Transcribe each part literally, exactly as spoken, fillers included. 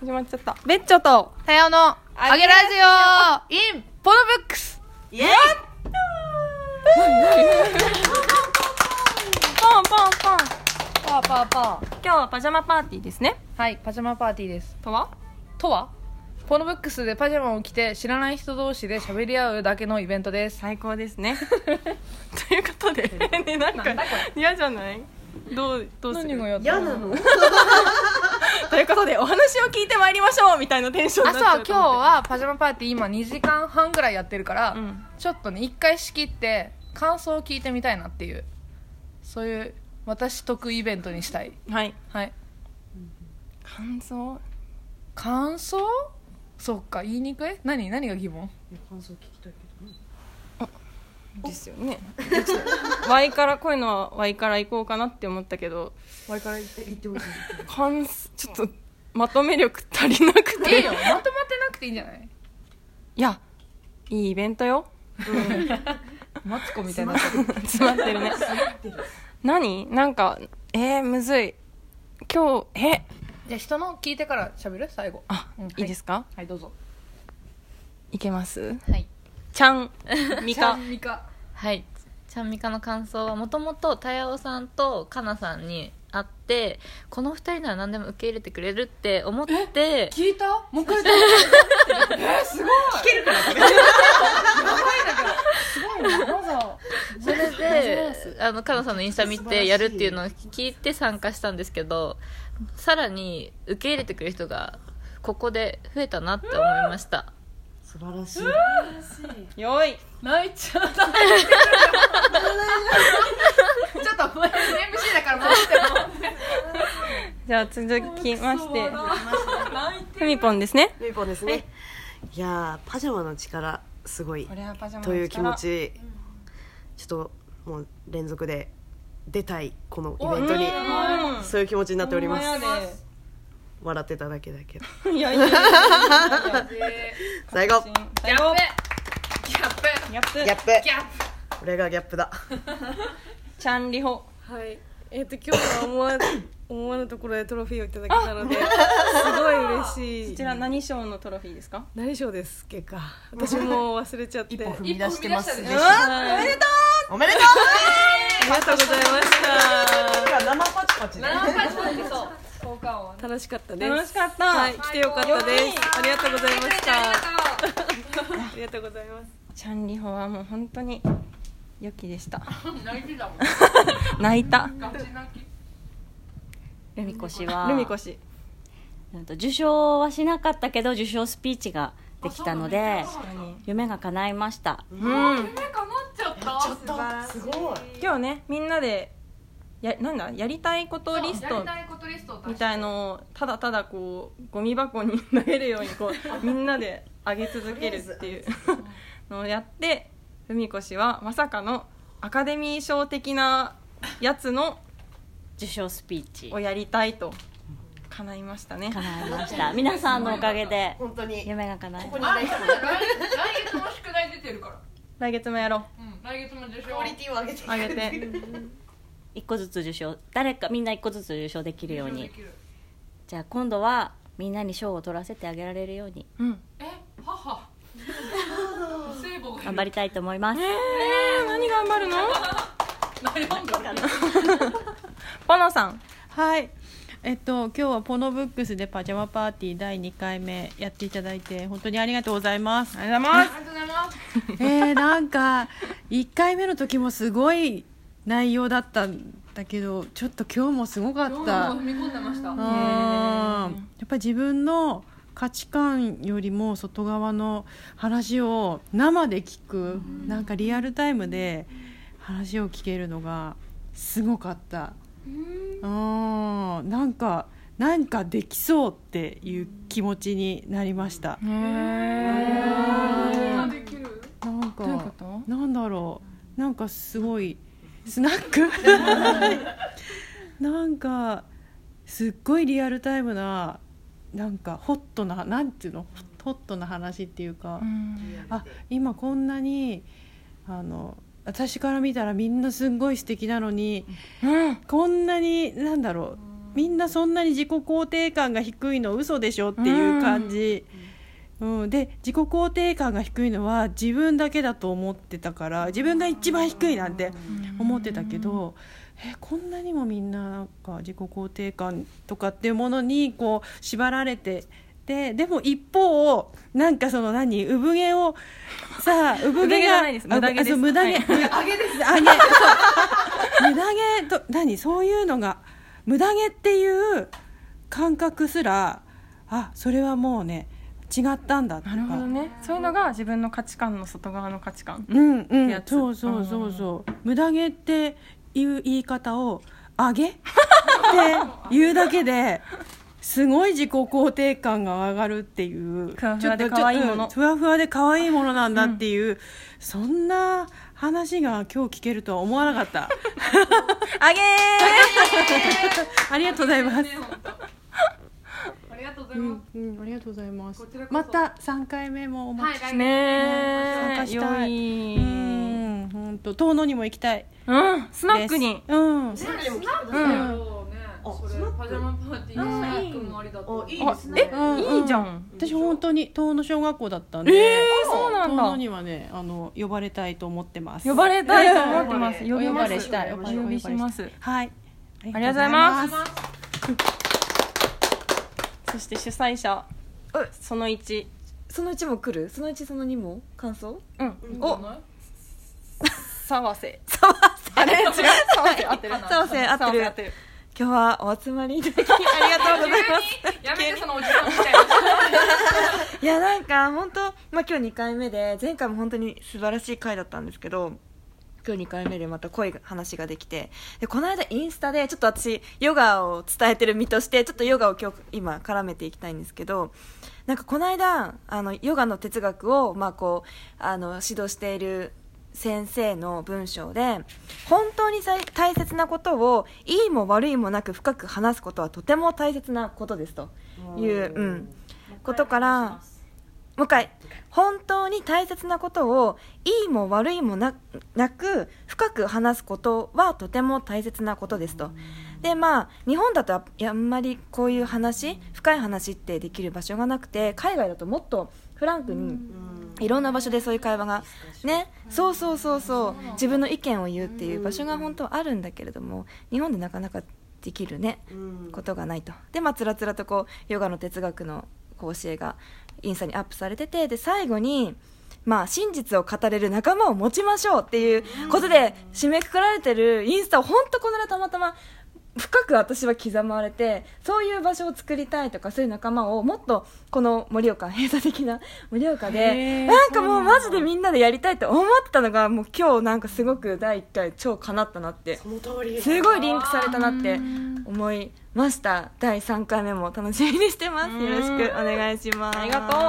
始まっちゃった。ベッチョとタヤオのあげラジオ in ポノブックス。 イエーイ。 ポンポンポンパーパーパー。 今日はパジャマパーティーですね。 はい、パジャマパーティーです。 とはとはポノブックスでパジャマを着て知らない人同士で喋り合うだけのイベントです。 最高ですね。ということでね、なんか嫌じゃない？どうどうする？ 何がやった嫌なの？ ということでお話を聞いてまいりましょうみたいなテンションになっちゃうと思って。 朝今日はパジャマパーティー今にじかんはんぐらいやってるから、うん、ちょっとね一回仕切って感想を聞いてみたいなっていう、そういう私得イベントにしたい。 はいはい。 感想感想そっか、言いにくい。何何が疑問？ 感想聞きたいけどね。 ですよね。ワイからこういうのはワイから行こうかなって思ったけど、 ワイから言って言ってほしい。 感ちょっとまとめ力足りなくて。 いいよ、まとまってなくていいんじゃない？ いや、いいイベントよ。 うん、マツコみたいな詰まってるね。何？なんかえー、むずい。今日えじゃあ人の聞いてから喋る最後。 あ、うん、いいですか？ はい、はい、どうぞ。 いけます？ はい。 ちゃんみかみかはい。ちゃんみかの感想はもともとたやおさんとかなさんに会って、このふたりなら何でも受け入れてくれるって思って。 聞いた？もう一回言ってえー、すごい聞けるからね。 やばいんだけどすごいね。まだそれであのかなさんのインスタ見てやるっていうのを聞いて参加したんですけど、さらに受け入れてくれる人がここで増えたなって思いました。 素晴らしい。 よい泣いちゃった。ちょっともう エムシー だから戻ってもじゃあ続きましてふみぽんですね。 ふみぽんですね。いやー、パジャマの力すごいこれはパジャマの力という気持ち、ちょっともう連続で出たいこのイベントに、そういう気持ちになっております。笑ってただけだけど。 いやいやいや最後。 ギャップ。ギャップ。 ギャップ。 ギャップ。 ギャップ。 これがギャップだ。 ちゃんりほ。 はい。えっと今日は思わ思わぬところでトロフィーをいただけたので、すごい嬉しい。 こちら何賞のトロフィーですか？ 何賞ですっけか。私も忘れちゃって。 一歩踏み出してます。 一ね。 おめでとう。おめでとう。 ありがとうございました。 生パチパチね。 生パチパチそう。 楽しかったです。 楽しかった。 はい、来てよかったです。ありがとうございました。 ありがとうございます。 ちゃんりほはもう本当に良きでした。 泣いてたもん。 泣いた。 ガチ泣き。 ルミコ氏はルミコ氏受賞はしなかったけど受賞スピーチができたので夢が叶いました。 うん。 夢叶っちゃった。 ちょっとすごい。 今日ねみんなでやなんだやりたいことリストみたいのをただただこうゴミ箱に投げるようにこうみんなであげ続けるっていうのをやって、ふみこ氏はまさかのアカデミー賞的なやつの受賞スピーチをやりたいと叶いましたね。 叶いました。皆さんのおかげで本当に夢が叶いました。 来月も宿題出てるから。 来月もやろう。 うん、来月も受賞。 クオリティを上げてあげて一個ずつ受賞、誰かみんな一個ずつ受賞できるように。じゃあ今度はみんなに賞を取らせてあげられるように、 うん、 え母頑張りたいと思います。 えー、何頑張るの？ 悩んだかな。 ポノさん。 はい。えっと今日はポノブックスでパジャマパーティーだいにかいめやっていただいて本当にありがとうございます。 ありがとうございます。 ありがとうございます。 えー、なんかいっかいめの時もすごい内容だったんだけど、ちょっと今日もすごかった。 今日も踏み込んでました。 あやっぱり自分の価値観よりも外側の話を生で聞く、うん、なんかリアルタイムで話を聞けるのがすごかった。うん、なんかなんかできそうっていう気持ちになりました。へー。できる？ なんかどういうこと？ なんだろう、なんかすごいスナックなんかすっごいリアルタイムな、なんかホットな、なんていうの、ホットな話っていうか、うん、あ今こんなにあの私から見たらみんなすごい素敵なのに、うん、こんなになんだろうみんなそんなに自己肯定感が低いの嘘でしょっていう感じ、うんうん、で自己肯定感が低いのは自分だけだと思ってたから自分が一番低いなんて思ってたけど、えこんなにもみんななんか自己肯定感とかっていうものにこう縛られてで, でも一方なんかその何産毛をさ産毛が無駄毛です無駄毛、はい、 上げです上げ無駄毛と何そういうのが無駄毛っていう感覚すらあそれはもうね違ったんだとか。 なるほどね。そういうのが自分の価値観の外側の価値観うんうんそうそうそうそう無駄毛っていう言い方を上げって言うだけですごい自己肯定感が上がるっていうふわふわで可愛いものふわふわで可愛いものなんだっていう、うん、そんな話が今日聞けるとは思わなかったあげーありがとうございますありがとうございます、 うんうん、ありがとうございますまたさんかいめもお待ちして、 はい、ね参加したい良いうん本当遠野にも行きたいうんスナックにうんスナックやろうねそれパジャマパーティースナックもありだといいですねえ、うん、いいじゃん私本当に遠野小学校だったんでえー、そうなんだ遠野にはねあの呼ばれたいと思ってます呼ばれたいと思ってます呼びますお呼ばれしたいお呼びしますはいありがとうございますそして主催者そのいちそのいちも来るそのいちそのにも感想うんお沢瀬沢瀬あれ違う沢瀬合ってる沢瀬合ってる合ってる今日はお集まりいただきありがとうございますやめてそのおじさんみたいいやなんか本当、まあ、今日にかいめで前回も本当に素晴らしい回だったんですけど今日にかいめでまた濃い話ができてでこの間インスタでちょっと私ヨガを伝えてる身としてちょっとヨガを今日今絡めていきたいんですけどなんかこの間あのヨガの哲学を、まあ、こうあの指導している先生の文章で本当に大切なことをいいも悪いもなく深く話すことはとても大切なことですという、うん、ことからもう一回本当に大切なことをいいも悪いも な, なく深く話すことはとても大切なことですとでまあ日本だとあんまりこういう話深い話ってできる場所がなくて海外だともっとフランクにいろんな場所でそういう会話がねそうそうそうそう自分の意見を言うっていう場所が本当はあるんだけれども日本でなかなかできるねことがないとでまあつらつらとこうヨガの哲学の教えがインスタにアップされててで最後にまあ真実を語れる仲間を持ちましょうっていうことで締めくくられてるインスタを本当この間たまたま深く私は刻まれてそういう場所を作りたいとかそういう仲間をもっとこの盛岡閉鎖的な盛岡でなんかもうマジでみんなでやりたいと思ってたのがもう今日なんかすごくだいいっかい超叶ったなってすごいリンクされたなって思いましただいさんかいめも楽しみにしてますよろしくお願いしますありがとう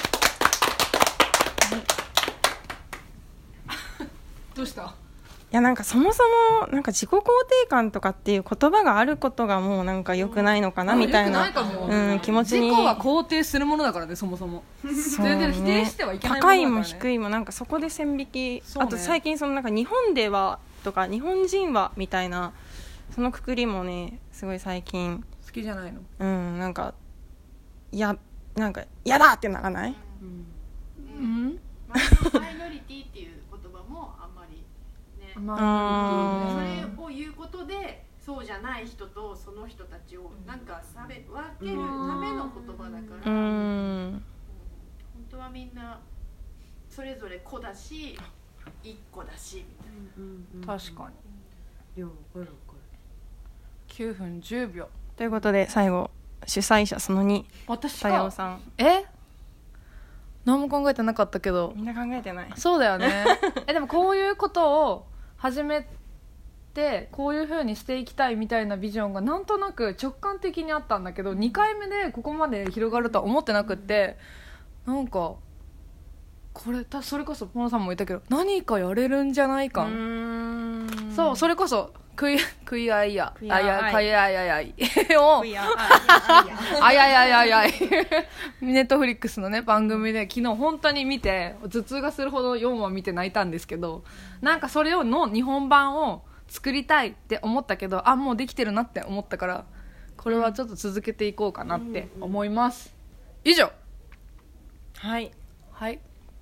どうしたいやなんかそもそもなんか自己肯定感とかっていう言葉があることがもうなんか良くないのかなみたいな、うん、気持ちに自己は肯定するものだからねそもそも全然否定してはいけないものだから、ね、 高いも低いもなんかそこで線引き、ね、あと最近そのなんか日本ではとか日本人はみたいなそのくくりもねすごい最近好きじゃないのうんなんかいやなんかやだってならない、 うんうん、マイノリティっていう言葉もあんまりね、 まあ、 それを言うことでそうじゃない人とその人たちをなんかされ分けるための言葉だから、 うん、 本当はみんなそれぞれ子だし一個だしみたいな、 確かに了解了解きゅうふんじゅうびょうということで最後主催者そのに私さやおさんえ何も考えてなかったけどみんな考えてないそうだよねえでもこういうことを始めてこういう風にしていきたいみたいなビジョンがなんとなく直感的にあったんだけどにかいめでここまで広がるとは思ってなくってなんかこれたそれこそポノさんも言ったけど何かやれるんじゃないかうーんそうそれこそクイクイアイヤクイアアイあやかいあいあいあいをいやあいあいあいあいあいネットフリックスのね番組で昨日本当に見て頭痛がするほどよんわ見て泣いたんですけどなんかそれをの日本版を作りたいって思ったけどあもうできてるなって思ったからこれはちょっと続けていこうかなって思います。以上。 はいはい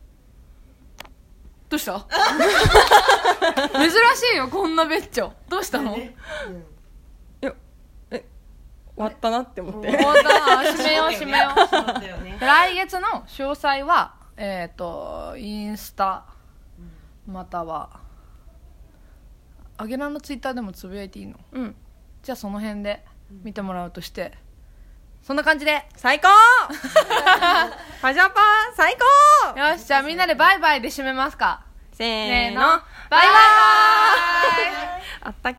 どうした珍しいよこんなべっちょ。どうしたの？ いやえ終わったなって思って終わったな。締めよう締めよう。来月の詳細はえっ、ー、とインスタまたはあげらのツイッターでもつぶやいていいの？ うん。 じゃあその辺で見てもらうとして、そんな感じで最高パジャパン最高。 よしじゃあみんなでバイバイで締めますか。 せーのせーのバイバイあった